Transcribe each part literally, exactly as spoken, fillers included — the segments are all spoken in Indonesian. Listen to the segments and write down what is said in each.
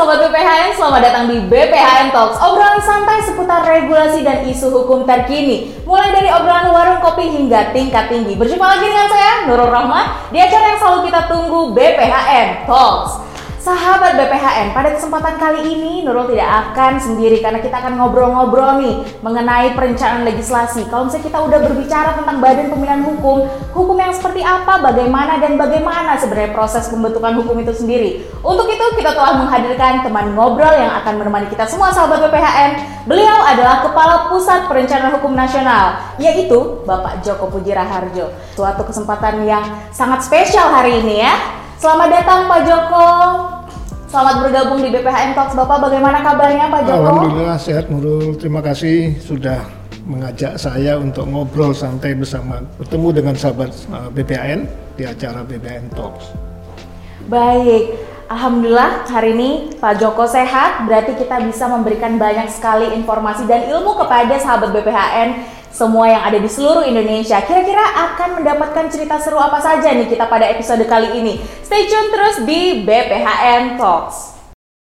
Sobat B P H N, selamat datang di B P H N Talks, obrolan santai seputar regulasi dan isu hukum terkini, mulai dari obrolan warung kopi hingga tingkat tinggi. Berjumpa lagi dengan saya, Nurul Rahman, di acara yang selalu kita tunggu, B P H N Talks. Sahabat B P H N, pada kesempatan kali ini Nurul tidak akan sendiri karena kita akan ngobrol-ngobrol nih mengenai perencanaan legislasi. Kalau misalnya kita udah berbicara tentang Badan Pembinaan Hukum, hukum yang seperti apa, bagaimana dan bagaimana sebenarnya proses pembentukan hukum itu sendiri. Untuk itu kita telah menghadirkan teman ngobrol yang akan menemani kita semua sahabat B P H N. Beliau adalah Kepala Pusat Perencanaan Hukum Nasional, yaitu Bapak Djoko Puji Raharjo. Suatu kesempatan yang sangat spesial hari ini ya. Selamat datang Pak Djoko. Selamat bergabung di B P H N Talks. Bapak, bagaimana kabarnya Pak Djoko? Alhamdulillah sehat Nurul. Terima kasih sudah mengajak saya untuk ngobrol santai bersama, bertemu dengan sahabat B P H N di acara B P H N Talks. Baik, alhamdulillah hari ini Pak Djoko sehat. Berarti kita bisa memberikan banyak sekali informasi dan ilmu kepada sahabat B P H N semua yang ada di seluruh Indonesia. Kira-kira akan mendapatkan cerita seru apa saja nih kita pada episode kali ini? Stay tune terus di B P H N Talks.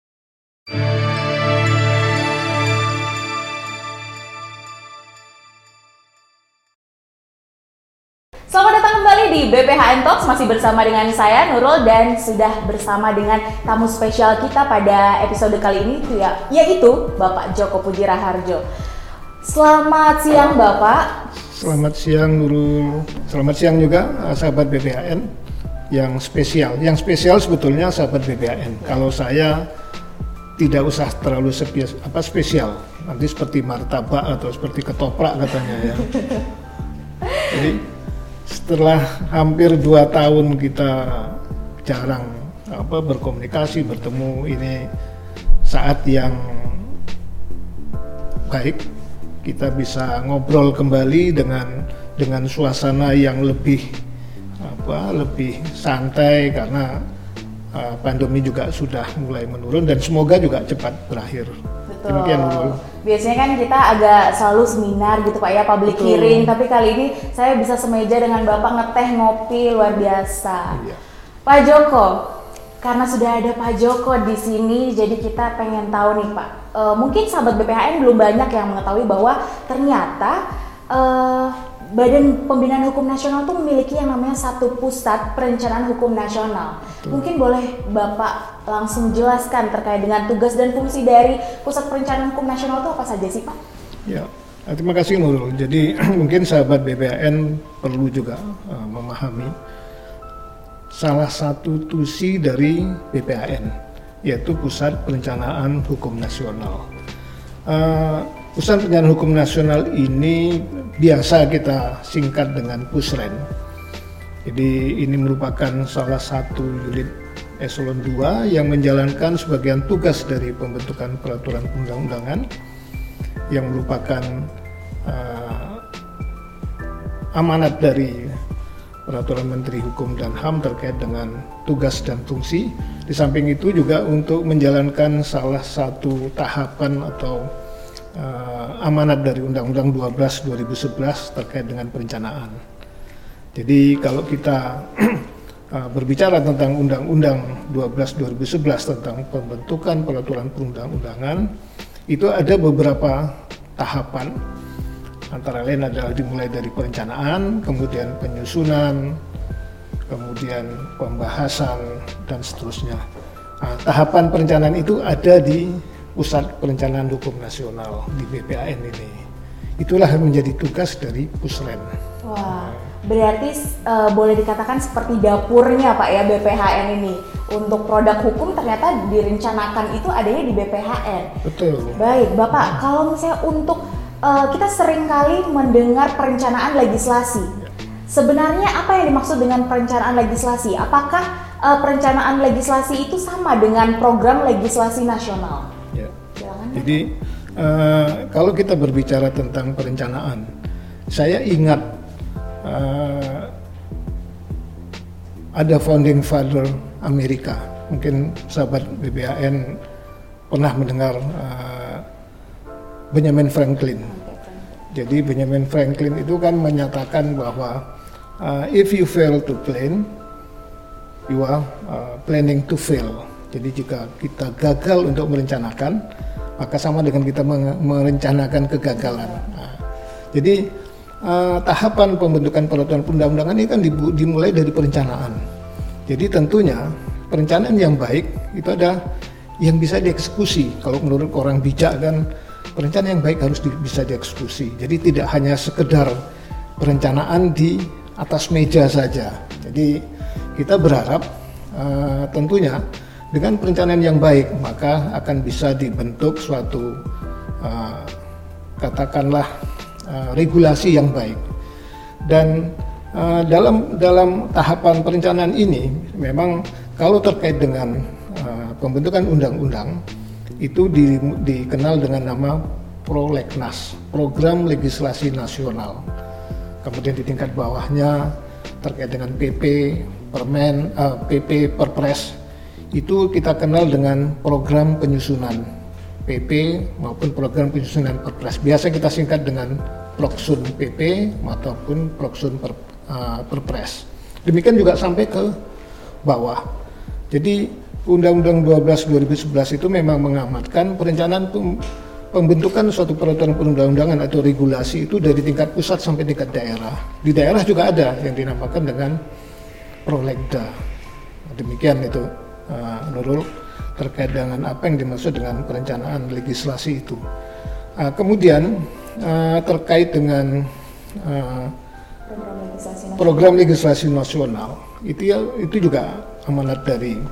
Selamat datang kembali di B P H N Talks, masih bersama dengan saya Nurul dan sudah bersama dengan tamu spesial kita pada episode kali ini yaitu Bapak Djoko Puji Raharjo. Selamat siang Bapak. Selamat siang Nurul. Selamat siang juga sahabat B P H N yang spesial. Yang spesial sebetulnya sahabat B P H N. Kalau saya tidak usah terlalu spesial, apa spesial. Nanti seperti martabak atau seperti ketoprak katanya ya. Jadi setelah hampir dua tahun kita jarang apa berkomunikasi, bertemu, ini saat yang baik. Kita bisa ngobrol kembali dengan dengan suasana yang lebih apa lebih santai karena uh, pandemi juga sudah mulai menurun dan semoga juga cepat berakhir. Betul. Demikian Nurul. Biasanya kan kita agak selalu seminar gitu Pak ya, public Betul. hearing, tapi kali ini saya bisa semeja dengan Bapak ngeteh ngopi luar biasa. Iya. Pak Djoko, karena sudah ada Pak Djoko di sini, jadi kita pengen tahu nih Pak. Uh, mungkin sahabat B P H N belum banyak yang mengetahui bahwa ternyata uh, Badan Pembinaan Hukum Nasional itu memiliki yang namanya satu Pusat Perencanaan Hukum Nasional. Betul. Mungkin boleh Bapak langsung jelaskan terkait dengan tugas dan fungsi dari Pusat Perencanaan Hukum Nasional itu apa saja sih Pak? Ya, terima kasih Nurul. Jadi mungkin sahabat B P H N perlu juga uh, memahami salah satu tusi dari B P H N, yaitu Pusat Perencanaan Hukum Nasional. Uh, Pusat Perencanaan Hukum Nasional ini biasa kita singkat dengan Pusren. Jadi ini merupakan salah satu unit eselon dua yang menjalankan sebagian tugas dari pembentukan peraturan perundang-undangan yang merupakan uh, amanat dari Peraturan Menteri Hukum dan H A M terkait dengan tugas dan fungsi. Di samping itu juga untuk menjalankan salah satu tahapan atau uh, amanat dari Undang-Undang dua belas dua ribu sebelas terkait dengan perencanaan. Jadi kalau kita uh, berbicara tentang Undang-Undang dua belas dua ribu sebelas tentang pembentukan peraturan perundang-undangan, itu ada beberapa tahapan. Antara lain adalah dimulai dari perencanaan, kemudian penyusunan, kemudian pembahasan, dan seterusnya. Nah, tahapan perencanaan itu ada di Pusat Perencanaan Hukum Nasional di B P H N ini. Itulah yang menjadi tugas dari Pusren. Wah, berarti uh, boleh dikatakan seperti dapurnya Pak ya B P H N ini. Untuk produk hukum ternyata direncanakan itu adanya di B P H N. Betul. Baik, Bapak, kalau misalnya untuk Uh, kita sering kali mendengar perencanaan legislasi. Sebenarnya apa yang dimaksud dengan perencanaan legislasi? Apakah uh, perencanaan legislasi itu sama dengan program legislasi nasional? Ya. Jadi uh, kalau kita berbicara tentang perencanaan, saya ingat uh, ada founding father Amerika. Mungkin sahabat B P H N pernah mendengar uh, Benjamin Franklin. Jadi Benjamin Franklin itu kan menyatakan bahwa uh, if you fail to plan, you are uh, planning to fail. Jadi jika kita gagal untuk merencanakan, maka sama dengan kita merencanakan kegagalan. Nah, jadi uh, tahapan pembentukan peraturan perundang-undangan ini kan dimulai dari perencanaan. Jadi tentunya perencanaan yang baik itu ada yang bisa dieksekusi. Kalau menurut orang bijak kan perencanaan yang baik harus di, bisa dieksekusi. Jadi tidak hanya sekedar perencanaan di atas meja saja. Jadi kita berharap uh, tentunya dengan perencanaan yang baik maka akan bisa dibentuk suatu uh, katakanlah uh, regulasi yang baik. Dan uh, dalam dalam tahapan perencanaan ini memang kalau terkait dengan uh, pembentukan undang-undang itu di, dikenal dengan nama Prolegnas, Program Legislasi Nasional. Kemudian di tingkat bawahnya terkait dengan P P, Permen, uh, P P, Perpres, itu kita kenal dengan program penyusunan P P maupun program penyusunan Perpres. Biasa kita singkat dengan Proksun P P ataupun Proksun per, uh, Perpres. Demikian juga sampai ke bawah. Jadi Undang-Undang dua belas dua ribu sebelas itu memang mengamatkan perencanaan pembentukan suatu peraturan perundang-undangan atau regulasi itu dari tingkat pusat sampai tingkat daerah. Di daerah juga ada yang dinamakan dengan Prolegda. Demikian itu uh, Nurul terkait dengan apa yang dimaksud dengan perencanaan legislasi itu. Uh, kemudian uh, terkait dengan uh, program, legislasi program legislasi nasional itu ya, itu juga amanat dari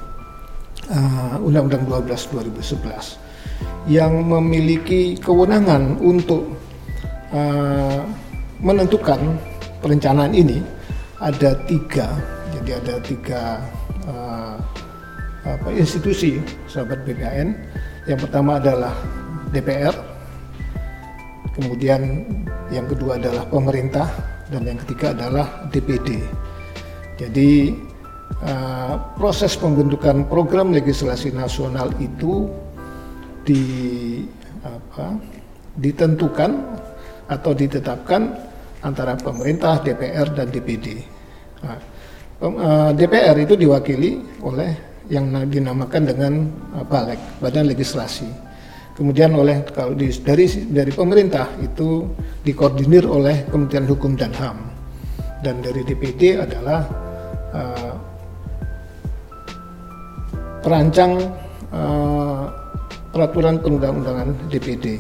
uh, Undang-Undang dua belas dua ribu sebelas yang memiliki kewenangan untuk uh, menentukan perencanaan ini. Ada tiga, jadi ada tiga uh, apa, institusi sahabat B P A N. Yang pertama adalah D P R, kemudian yang kedua adalah pemerintah, dan yang ketiga adalah D P D. Jadi uh, proses pembentukan program legislasi nasional itu di apa, ditentukan atau ditetapkan antara pemerintah, D P R, dan D P D. Nah, uh, D P R itu diwakili oleh yang dinamakan dengan uh, Balek, Badan Legislasi. Kemudian oleh kalau di, dari dari pemerintah itu dikoordinir oleh Kementerian Hukum dan H A M, dan dari D P D adalah uh, perancang uh, peraturan perundang-undangan D P D.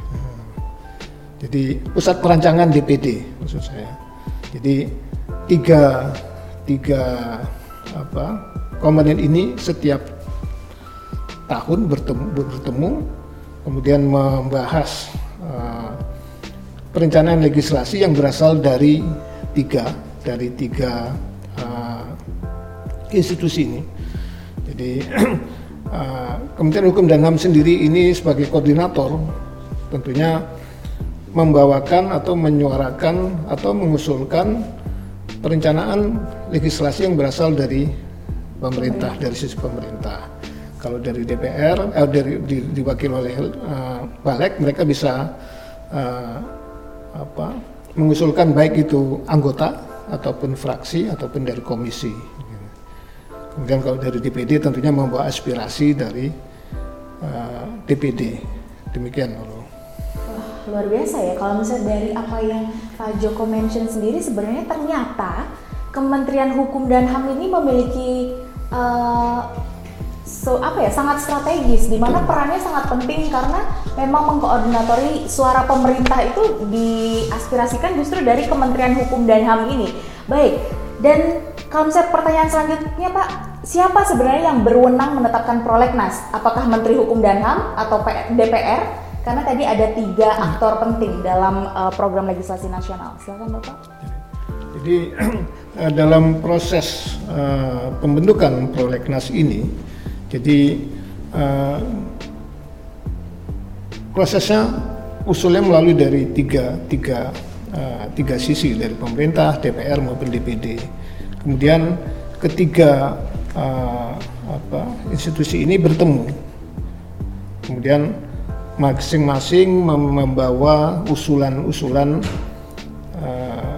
Jadi pusat perancangan D P D maksud saya. Jadi tiga tiga apa komponen ini setiap tahun bertemu, bertemu kemudian membahas uh, perencanaan legislasi yang berasal dari tiga dari tiga uh, institusi ini. Jadi uh, Kementerian Hukum dan H A M sendiri ini sebagai koordinator tentunya membawakan atau menyuarakan atau mengusulkan perencanaan legislasi yang berasal dari pemerintah, dari sisi pemerintah. Kalau dari D P R, eh, dari di, diwakil oleh uh, Balek, mereka bisa uh, apa, mengusulkan baik itu anggota ataupun fraksi ataupun dari komisi. Kemudian kalau dari D P D tentunya membawa aspirasi dari uh, D P D. Demikian loh. Luar biasa ya, kalau misalnya dari apa yang Pak Joko mention sendiri, sebenarnya ternyata Kementerian Hukum dan H A M ini memiliki uh, so apa ya sangat strategis, di mana perannya sangat penting karena memang mengkoordinatori suara pemerintah itu diaspirasikan justru dari Kementerian Hukum dan H A M ini. Baik, dan kalau misalnya pertanyaan selanjutnya Pak, siapa sebenarnya yang berwenang menetapkan prolegnas? Apakah Menteri Hukum dan H A M atau D P R? Karena tadi ada tiga aktor penting dalam uh, program legislasi nasional. Silakan Bapak. Jadi dalam proses uh, pembentukan prolegnas ini, jadi uh, prosesnya usulnya melalui dari tiga, tiga, uh, tiga sisi, dari pemerintah, D P R maupun D P D. Kemudian ketiga uh, apa, institusi ini bertemu. Kemudian masing-masing membawa usulan-usulan uh,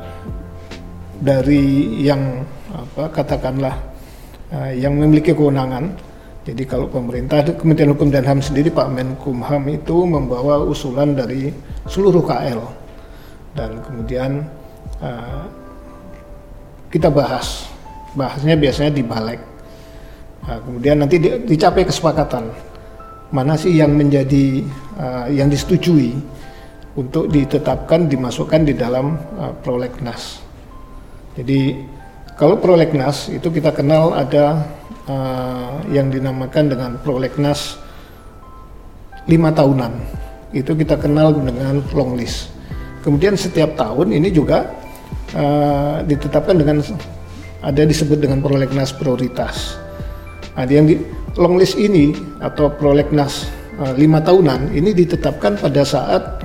dari yang apa, katakanlah uh, yang memiliki kewenangan. Jadi kalau pemerintah, Kementerian Hukum dan H A M sendiri, Pak Menkumham itu membawa usulan dari seluruh K L dan kemudian uh, kita bahas, bahasnya biasanya di Balek. Nah, kemudian nanti di, dicapai kesepakatan mana sih yang menjadi uh, yang disetujui untuk ditetapkan dimasukkan di dalam uh, prolegnas. Jadi kalau prolegnas itu kita kenal ada uh, yang dinamakan dengan prolegnas lima tahunan. Itu kita kenal dengan long list. Kemudian setiap tahun ini juga uh, ditetapkan dengan ada disebut dengan prolegnas prioritas. Nah, yang di long list ini atau prolegnas uh, lima tahunan ini ditetapkan pada saat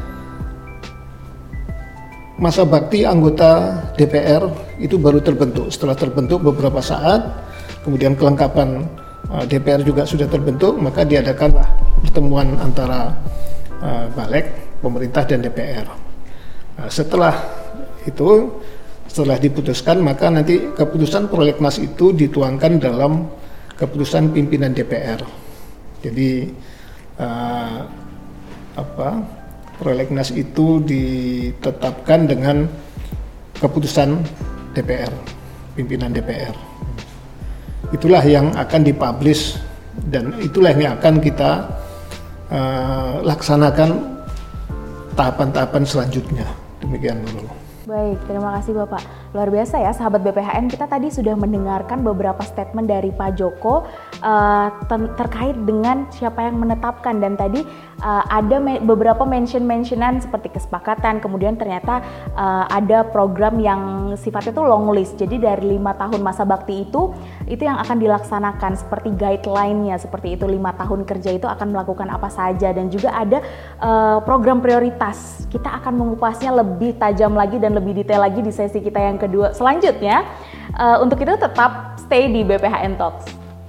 masa bakti anggota D P R itu baru terbentuk. Setelah terbentuk beberapa saat, kemudian kelengkapan uh, D P R juga sudah terbentuk, maka diadakanlah pertemuan antara uh, Balek, pemerintah dan D P R. Nah, setelah itu, setelah diputuskan, maka nanti keputusan prolegnas itu dituangkan dalam keputusan pimpinan D P R. Jadi uh, apa prolegnas itu ditetapkan dengan keputusan D P R, pimpinan D P R. Itulah yang akan dipublish dan itulah yang akan kita uh, laksanakan tahapan-tahapan selanjutnya. Demikian dulu. Baik, terima kasih Bapak. Luar biasa ya sahabat B P H N, kita tadi sudah mendengarkan beberapa statement dari Pak Joko uh, terkait dengan siapa yang menetapkan, dan tadi uh, ada me- beberapa mention-mentionan seperti kesepakatan, kemudian ternyata uh, ada program yang sifatnya itu long list, jadi dari lima tahun masa bakti itu itu yang akan dilaksanakan seperti guideline-nya, seperti itu lima tahun kerja itu akan melakukan apa saja, dan juga ada uh, program prioritas. Kita akan mengupas-nya lebih tajam lagi dan lebih detail lagi di sesi kita yang kedua selanjutnya. Uh, untuk itu tetap stay di B P H N Talks.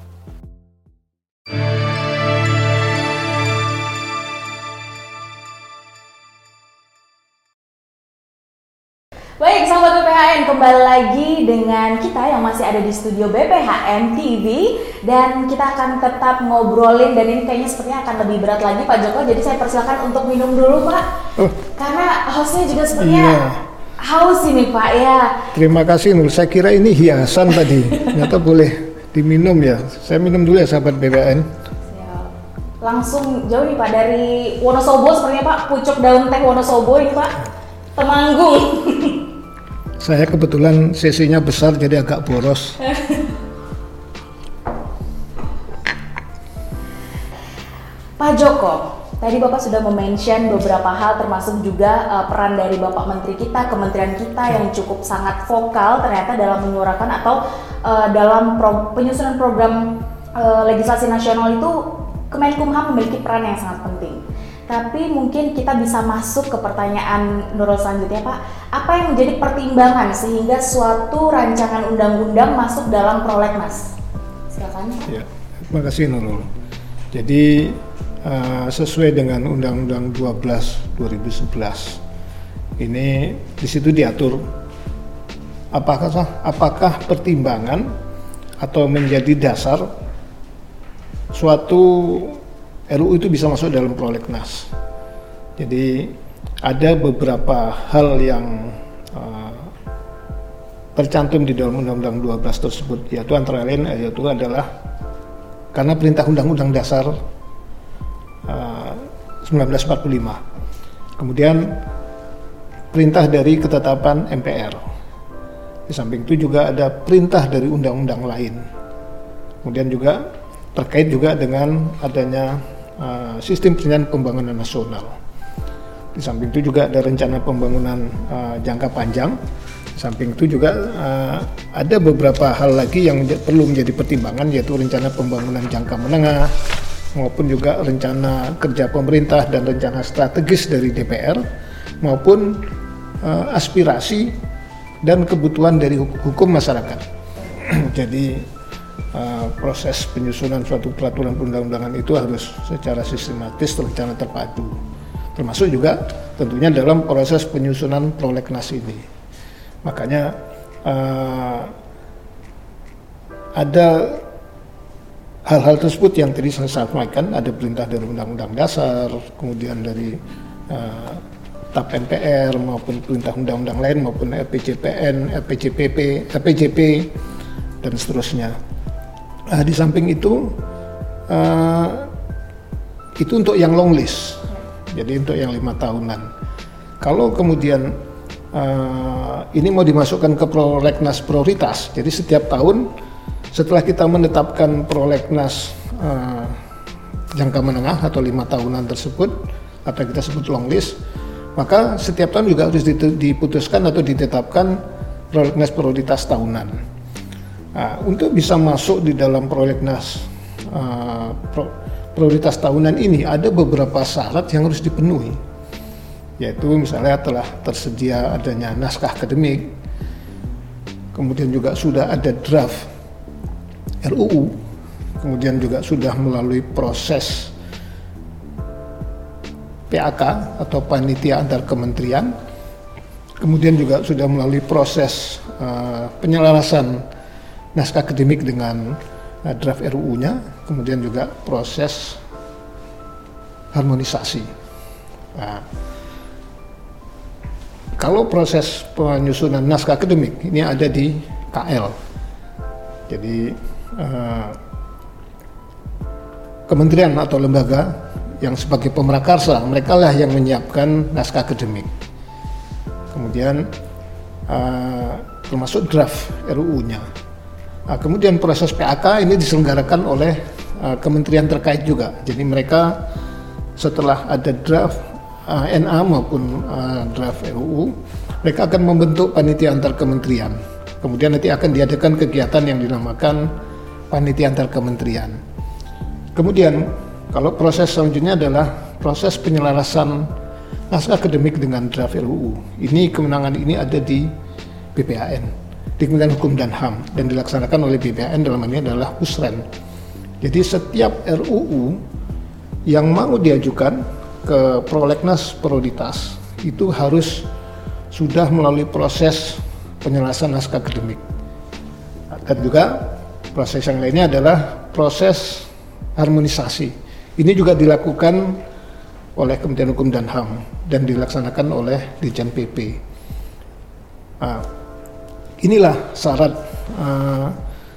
Baik, sahabat B P H N, kembali lagi dengan kita yang masih ada di studio B P H N T V, dan kita akan tetap ngobrolin, dan ini kayaknya sepertinya akan lebih berat lagi Pak Joko, jadi saya persilakan untuk minum dulu Pak, oh. Karena hostnya juga sepertinya iya. Haus ini Pak ya. Terima kasih Nur, saya kira ini hiasan tadi, ternyata boleh diminum ya. Saya minum dulu ya sahabat B P H N. Siap. Langsung jauh nih Pak dari Wonosobo sepertinya Pak, pucuk daun teh Wonosobo ini Pak, Temanggung. Saya kebetulan sesinya besar jadi agak boros. Pak Joko, tadi Bapak sudah memention beberapa hal, termasuk juga uh, peran dari Bapak Menteri kita, kementerian kita yang cukup sangat vokal ternyata dalam menyuarakan atau uh, dalam pro- penyusunan program uh, legislasi nasional itu Kemenkumham memiliki peran yang sangat penting. Tapi mungkin kita bisa masuk ke pertanyaan Nurul selanjutnya Pak. Apa yang menjadi pertimbangan sehingga suatu rancangan undang-undang masuk dalam prolegnas? Silakan. Ya, terima kasih Nurul. Jadi uh, sesuai dengan Undang-Undang dua belas dua ribu sebelas ini di situ diatur apakah apakah pertimbangan atau menjadi dasar suatu R U U itu bisa masuk dalam prolegnas. Jadi ada beberapa hal yang uh, tercantum di dalam Undang-Undang dua belas tersebut, yaitu antara lain yaitu adalah karena perintah Undang-Undang Dasar uh, seribu sembilan ratus empat puluh lima, kemudian perintah dari ketetapan M P R. Di samping itu juga ada perintah dari undang-undang lain. Kemudian juga terkait juga dengan adanya uh, sistem perencanaan pembangunan nasional. Di samping itu juga ada rencana pembangunan uh, jangka panjang. Di samping itu juga uh, ada beberapa hal lagi yang menja- perlu menjadi pertimbangan, yaitu rencana pembangunan jangka menengah maupun juga rencana kerja pemerintah dan rencana strategis dari D P R maupun uh, aspirasi dan kebutuhan dari hukum masyarakat. Jadi Uh, proses penyusunan suatu peraturan perundang-undangan itu harus secara sistematis, terencana, terpadu. Termasuk juga tentunya dalam proses penyusunan prolegnas ini. Makanya uh, ada hal-hal tersebut yang tadi saya sampaikan, ada perintah dari Undang-Undang Dasar, kemudian dari uh, T A P M P R maupun perintah undang-undang lain maupun R P J P N, R P J P P, R P J P dan seterusnya. Uh, di samping itu uh, itu untuk yang long list, jadi untuk yang lima tahunan. Kalau kemudian uh, ini mau dimasukkan ke prolegnas prioritas, jadi setiap tahun setelah kita menetapkan prolegnas uh, jangka menengah atau lima tahunan tersebut, atau kita sebut long list, maka setiap tahun juga harus diputuskan atau ditetapkan prolegnas prioritas tahunan. Nah, untuk bisa masuk di dalam prolegnas uh, pro, prioritas tahunan ini ada beberapa syarat yang harus dipenuhi, yaitu misalnya telah tersedia adanya naskah akademik, kemudian juga sudah ada draft R U U, kemudian juga sudah melalui proses P A K atau panitia antar kementerian, kemudian juga sudah melalui proses uh, penyelarasan naskah akademik dengan uh, draft R U U-nya, kemudian juga proses harmonisasi. Nah, kalau proses penyusunan naskah akademik ini ada di K L, jadi uh, kementerian atau lembaga yang sebagai pemrakarsa, mereka lah yang menyiapkan naskah akademik. Kemudian uh, termasuk draft R U U-nya. Nah, kemudian proses P A K ini diselenggarakan oleh uh, kementerian terkait juga. Jadi mereka setelah ada draft uh, N A maupun uh, draft R U U, mereka akan membentuk panitia antar kementerian. Kemudian nanti akan diadakan kegiatan yang dinamakan panitia antar kementerian. Kemudian kalau proses selanjutnya adalah proses penyelarasan naskah akademik dengan draft R U U. Ini kemenangan ini ada di B P H N, di Kementerian Hukum dan H A M, dan dilaksanakan oleh B P H N dalam hal ini adalah Pusren. Jadi setiap R U U yang mau diajukan ke prolegnas prioritas itu harus sudah melalui proses penyelarasan naskah akademik. Dan juga proses yang lainnya adalah proses harmonisasi. Ini juga dilakukan oleh Kementerian Hukum dan H A M dan dilaksanakan oleh Dirjen P P. Nah, inilah syarat uh,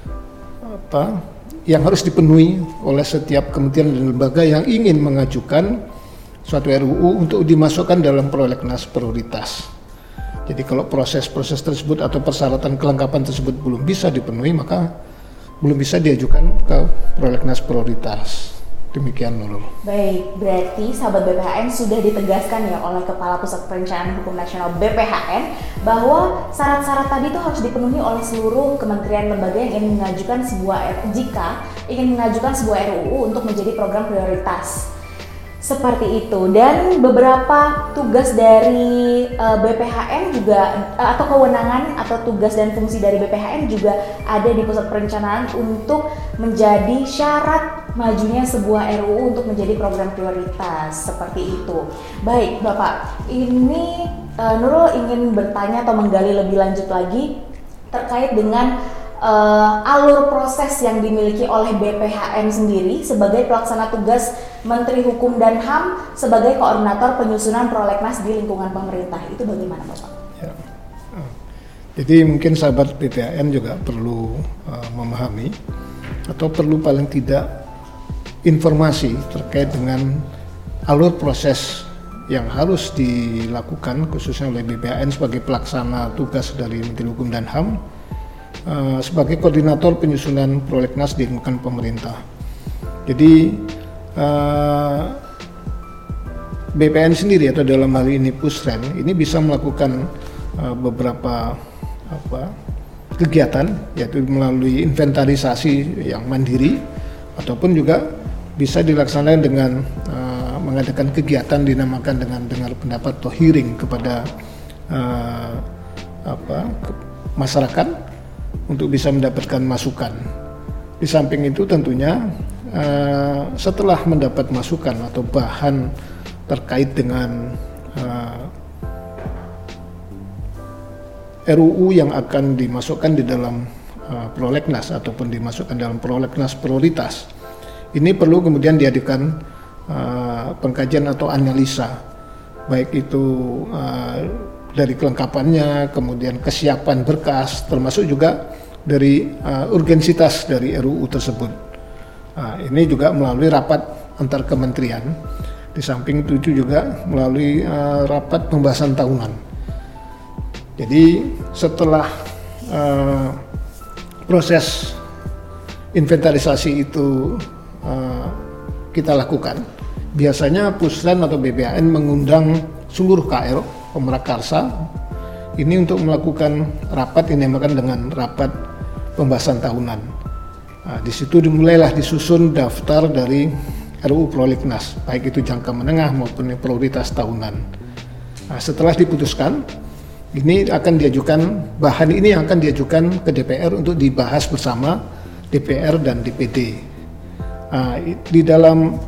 apa yang harus dipenuhi oleh setiap kementerian dan lembaga yang ingin mengajukan suatu R U U untuk dimasukkan dalam prolegnas prioritas. Jadi kalau proses-proses tersebut atau persyaratan kelengkapan tersebut belum bisa dipenuhi, maka belum bisa diajukan ke prolegnas prioritas. Demikian Nurul. Baik, berarti sahabat B P H N sudah ditegaskan ya oleh Kepala Pusat Perencanaan Hukum Nasional B P H N bahwa syarat-syarat tadi itu harus dipenuhi oleh seluruh kementerian lembaga yang ingin mengajukan sebuah jika ingin mengajukan sebuah R U U untuk menjadi program prioritas. Seperti itu, dan beberapa tugas dari uh, B P H N juga uh, atau kewenangan atau tugas dan fungsi dari B P H N juga ada di pusat perencanaan untuk menjadi syarat majunya sebuah R U U untuk menjadi program prioritas, seperti itu. Baik Bapak, ini uh, Nurul ingin bertanya atau menggali lebih lanjut lagi terkait dengan uh, alur proses yang dimiliki oleh B P H N sendiri sebagai pelaksana tugas Menteri Hukum dan H A M sebagai koordinator penyusunan prolegnas di lingkungan pemerintah. Itu bagaimana Bapak? Ya. Jadi mungkin sahabat B P H N juga perlu uh, memahami atau perlu paling tidak informasi terkait dengan alur proses yang harus dilakukan khususnya oleh B P H N sebagai pelaksana tugas dari Menteri Hukum dan H A M uh, sebagai koordinator penyusunan prolegnas di lingkungan pemerintah. Jadi Uh, B P H N sendiri atau dalam hal ini Pusren ini bisa melakukan uh, beberapa apa, kegiatan, yaitu melalui inventarisasi yang mandiri ataupun juga bisa dilaksanakan dengan uh, mengadakan kegiatan dinamakan dengan dengar pendapat atau hearing kepada uh, apa, ke masyarakat untuk bisa mendapatkan masukan. Di samping itu tentunya Uh, setelah mendapat masukan atau bahan terkait dengan uh, R U U yang akan dimasukkan di dalam uh, prolegnas ataupun dimasukkan dalam prolegnas prioritas, ini perlu kemudian diadakan uh, pengkajian atau analisa, baik itu uh, dari kelengkapannya, kemudian kesiapan berkas, termasuk juga dari uh, urgensitas dari R U U tersebut. Nah, ini juga melalui rapat antar kementerian, di samping itu juga melalui uh, rapat pembahasan tahunan. Jadi setelah uh, proses inventarisasi itu uh, kita lakukan, biasanya Pusren atau B P A N mengundang seluruh K L, Pemrakarsa, ini untuk melakukan rapat yang dinamakan dengan rapat pembahasan tahunan. Nah, di situ dimulailah disusun daftar dari R U U Prolegnas, baik itu jangka menengah maupun prioritas tahunan. Nah, setelah diputuskan, ini akan diajukan, bahan ini yang akan diajukan ke D P R untuk dibahas bersama D P R dan D P D. Nah, di dalam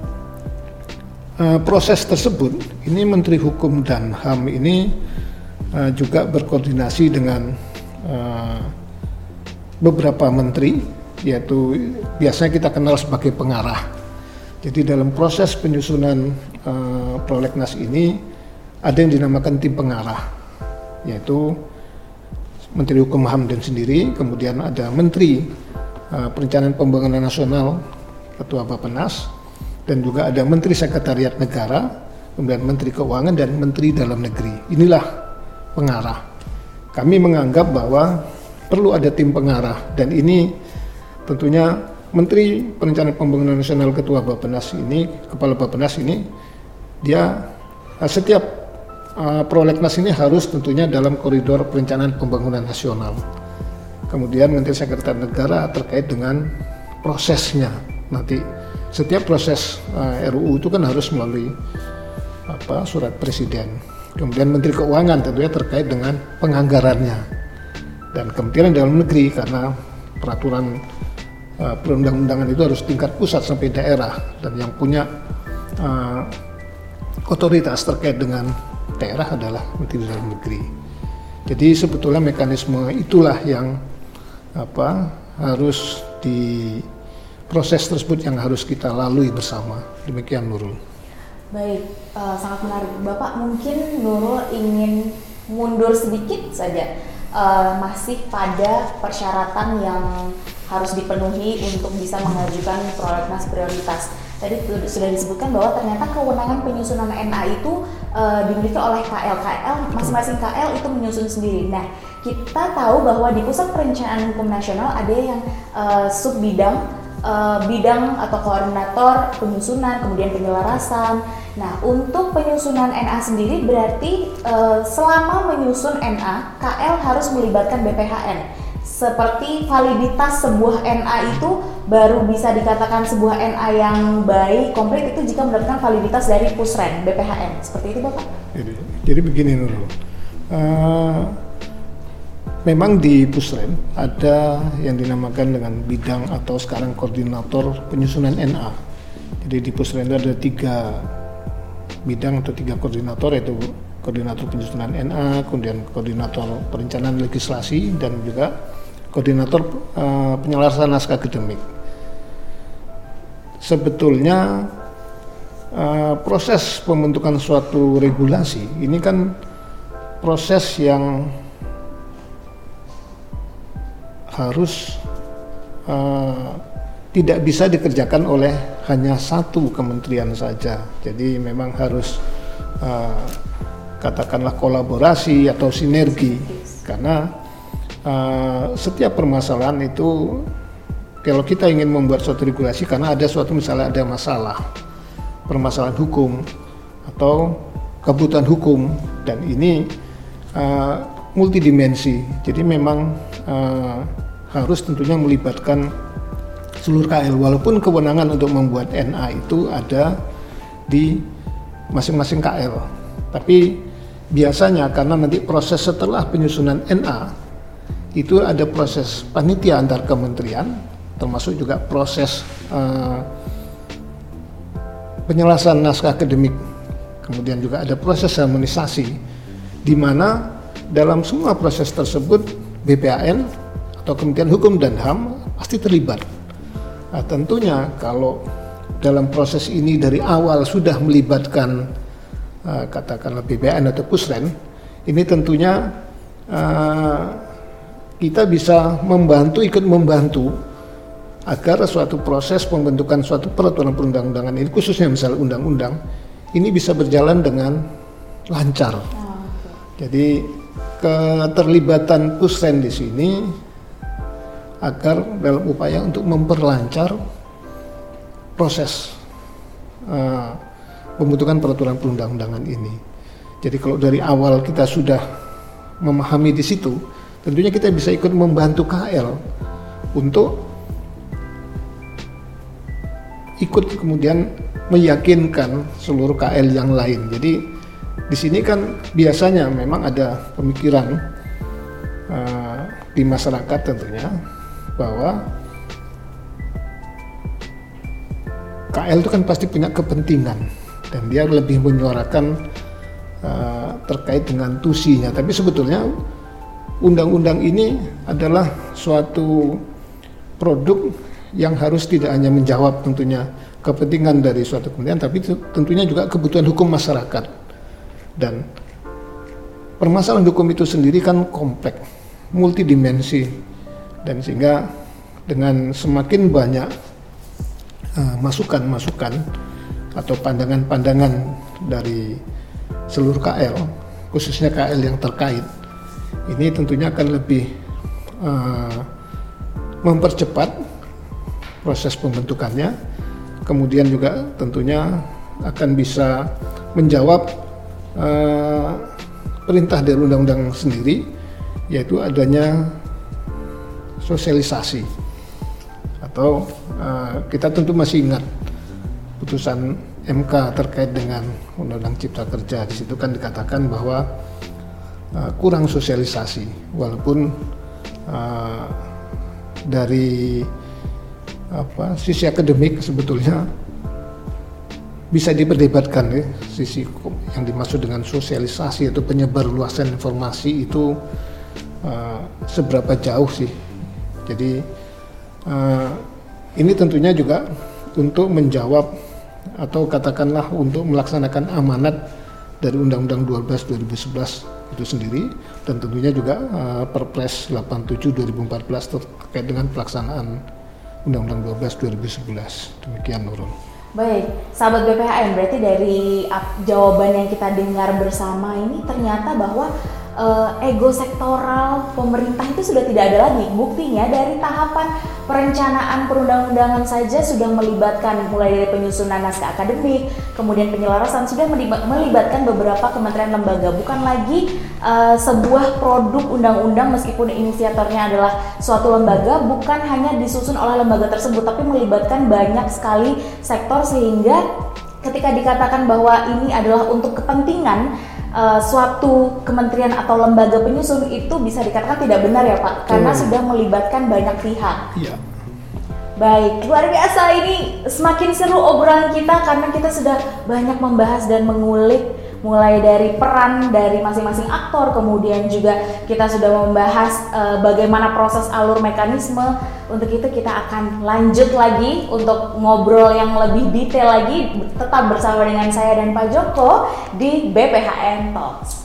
uh, proses tersebut, ini Menteri Hukum dan H A M ini uh, juga berkoordinasi dengan uh, beberapa menteri, yaitu biasanya kita kenal sebagai pengarah. Jadi dalam proses penyusunan uh, Prolegnas ini ada yang dinamakan tim pengarah, yaitu Menteri Hukum H A M dan sendiri, kemudian ada Menteri uh, Perencanaan Pembangunan Nasional, Ketua Bappenas, dan juga ada Menteri Sekretariat Negara, kemudian Menteri Keuangan dan Menteri Dalam Negeri. Inilah pengarah. Kami menganggap bahwa perlu ada tim pengarah, dan ini tentunya Menteri Perencanaan Pembangunan Nasional, Ketua Bappenas ini, Kepala Bappenas ini, dia uh, setiap Uh, Prolegnas ini harus tentunya dalam koridor perencanaan pembangunan nasional. Kemudian Menteri Sekretariat Negara terkait dengan prosesnya. Nanti setiap proses uh, R U U itu kan harus melalui apa, surat Presiden. Kemudian Menteri Keuangan tentunya terkait dengan penganggarannya. Dan Kementerian Dalam Negeri karena peraturan uh, perundang-undangan itu harus tingkat pusat sampai daerah, dan yang punya uh, otoritas terkait dengan daerah adalah Menteri Dalam Negeri. Jadi sebetulnya mekanisme itulah yang apa harus di proses tersebut yang harus kita lalui bersama. Demikian Nurul. Baik, uh, sangat menarik. Bapak mungkin Nurul ingin mundur sedikit saja, uh, masih pada persyaratan yang harus dipenuhi untuk bisa mengajukan prolegnas prioritas. Tadi sudah disebutkan bahwa ternyata kewenangan penyusunan N A itu uh, dimiliki oleh K L. K L, masing-masing K L itu menyusun sendiri. Nah, kita tahu bahwa di Pusat Perencanaan Hukum Nasional ada yang uh, sub bidang, uh, bidang atau koordinator penyusunan, kemudian penyelarasan. Nah, untuk penyusunan N A sendiri berarti uh, selama menyusun N A, K L harus melibatkan B P H N. Seperti validitas sebuah N A itu baru bisa dikatakan sebuah N A yang baik, komplit itu jika mendapatkan validitas dari Pusren, B P H N. Seperti itu Bapak? Jadi, jadi begini Nurul, uh, memang di Pusren ada yang dinamakan dengan bidang atau sekarang koordinator penyusunan N A. Jadi di Pusren ada tiga bidang atau tiga koordinator, yaitu koordinator penyusunan N A, kemudian koordinator perencanaan legislasi, dan juga koordinator uh, penyelarasan naskah akademik. Sebetulnya uh, proses pembentukan suatu regulasi ini kan proses yang harus uh, tidak bisa dikerjakan oleh hanya satu kementerian saja. Jadi memang harus uh, katakanlah kolaborasi atau sinergi, karena Uh, setiap permasalahan itu kalau kita ingin membuat suatu regulasi, karena ada suatu misalnya ada masalah permasalahan hukum atau kebutuhan hukum, dan ini uh, multidimensi, jadi memang uh, harus tentunya melibatkan seluruh K L, walaupun kewenangan untuk membuat N A itu ada di masing-masing K L, tapi biasanya karena nanti proses setelah penyusunan N A itu ada proses panitia antar kementerian, termasuk juga proses uh, penyelesaian naskah akademik, kemudian juga ada proses harmonisasi, di mana dalam semua proses tersebut B P H N atau Kementerian Hukum dan H A M pasti terlibat. Nah, tentunya kalau dalam proses ini dari awal sudah melibatkan uh, katakanlah B P A N atau Pusren, ini tentunya uh, kita bisa membantu, ikut membantu agar suatu proses pembentukan suatu peraturan perundang-undangan ini, khususnya misalnya undang-undang, ini bisa berjalan dengan lancar. Oh, okay. Jadi keterlibatan Pusren di sini agar dalam upaya untuk memperlancar proses uh, pembentukan peraturan perundang-undangan ini. Jadi kalau dari awal kita sudah memahami di situ, tentunya kita bisa ikut membantu K L untuk ikut kemudian meyakinkan seluruh K L yang lain. Jadi di sini kan biasanya memang ada pemikiran uh, di masyarakat tentunya bahwa K L itu kan pasti punya kepentingan dan dia lebih menyuarakan uh, terkait dengan tusinya. Tapi sebetulnya undang-undang ini adalah suatu produk yang harus tidak hanya menjawab tentunya kepentingan dari suatu kepentingan, tapi tentunya juga kebutuhan hukum masyarakat. Dan permasalahan hukum itu sendiri kan kompleks, multidimensi. Dan sehingga dengan semakin banyak uh, masukan-masukan atau pandangan-pandangan dari seluruh K L, khususnya K L yang terkait, ini tentunya akan lebih uh, mempercepat proses pembentukannya, kemudian juga tentunya akan bisa menjawab uh, perintah dari undang-undang sendiri, yaitu adanya sosialisasi. Atau uh, kita tentu masih ingat putusan M K terkait dengan Undang-Undang Cipta Kerja. Di situ kan dikatakan bahwa uh, kurang sosialisasi, walaupun uh, dari apa sisi akademik sebetulnya bisa diperdebatkan ya, sisi yang dimaksud dengan sosialisasi atau penyebarluasan informasi itu uh, seberapa jauh sih. Jadi uh, ini tentunya juga untuk menjawab atau katakanlah untuk melaksanakan amanat dari Undang-Undang dua belas dua ribu sebelas itu sendiri, dan tentunya juga uh, Perpres delapan puluh tujuh dua ribu empat belas terkait dengan pelaksanaan Undang-Undang dua belas dua ribu sebelas. Demikian, Nurul. Baik, sahabat B P H M, berarti dari jawaban yang kita dengar bersama ini ternyata bahwa uh, ego sektoral pemerintah itu sudah tidak ada lagi. Buktinya dari tahapan perencanaan perundang-undangan saja sudah melibatkan mulai dari penyusunan naskah akademik, kemudian penyelarasan, sudah melibatkan beberapa kementerian lembaga. Bukan lagi uh, sebuah produk undang-undang meskipun inisiatornya adalah suatu lembaga, bukan hanya disusun oleh lembaga tersebut, tapi melibatkan banyak sekali sektor, sehingga ketika dikatakan bahwa ini adalah untuk kepentingan uh, suatu kementerian atau lembaga penyusun, itu bisa dikatakan tidak benar ya Pak, karena hmm. sudah melibatkan banyak pihak. Iya. Baik, luar biasa, ini semakin seru obrolan kita karena kita sudah banyak membahas dan mengulik mulai dari peran dari masing-masing aktor, kemudian juga kita sudah membahas uh, bagaimana proses alur mekanisme. Untuk itu kita akan lanjut lagi untuk ngobrol yang lebih detail lagi. Tetap bersama dengan saya dan Pak Joko di B P H M Talks.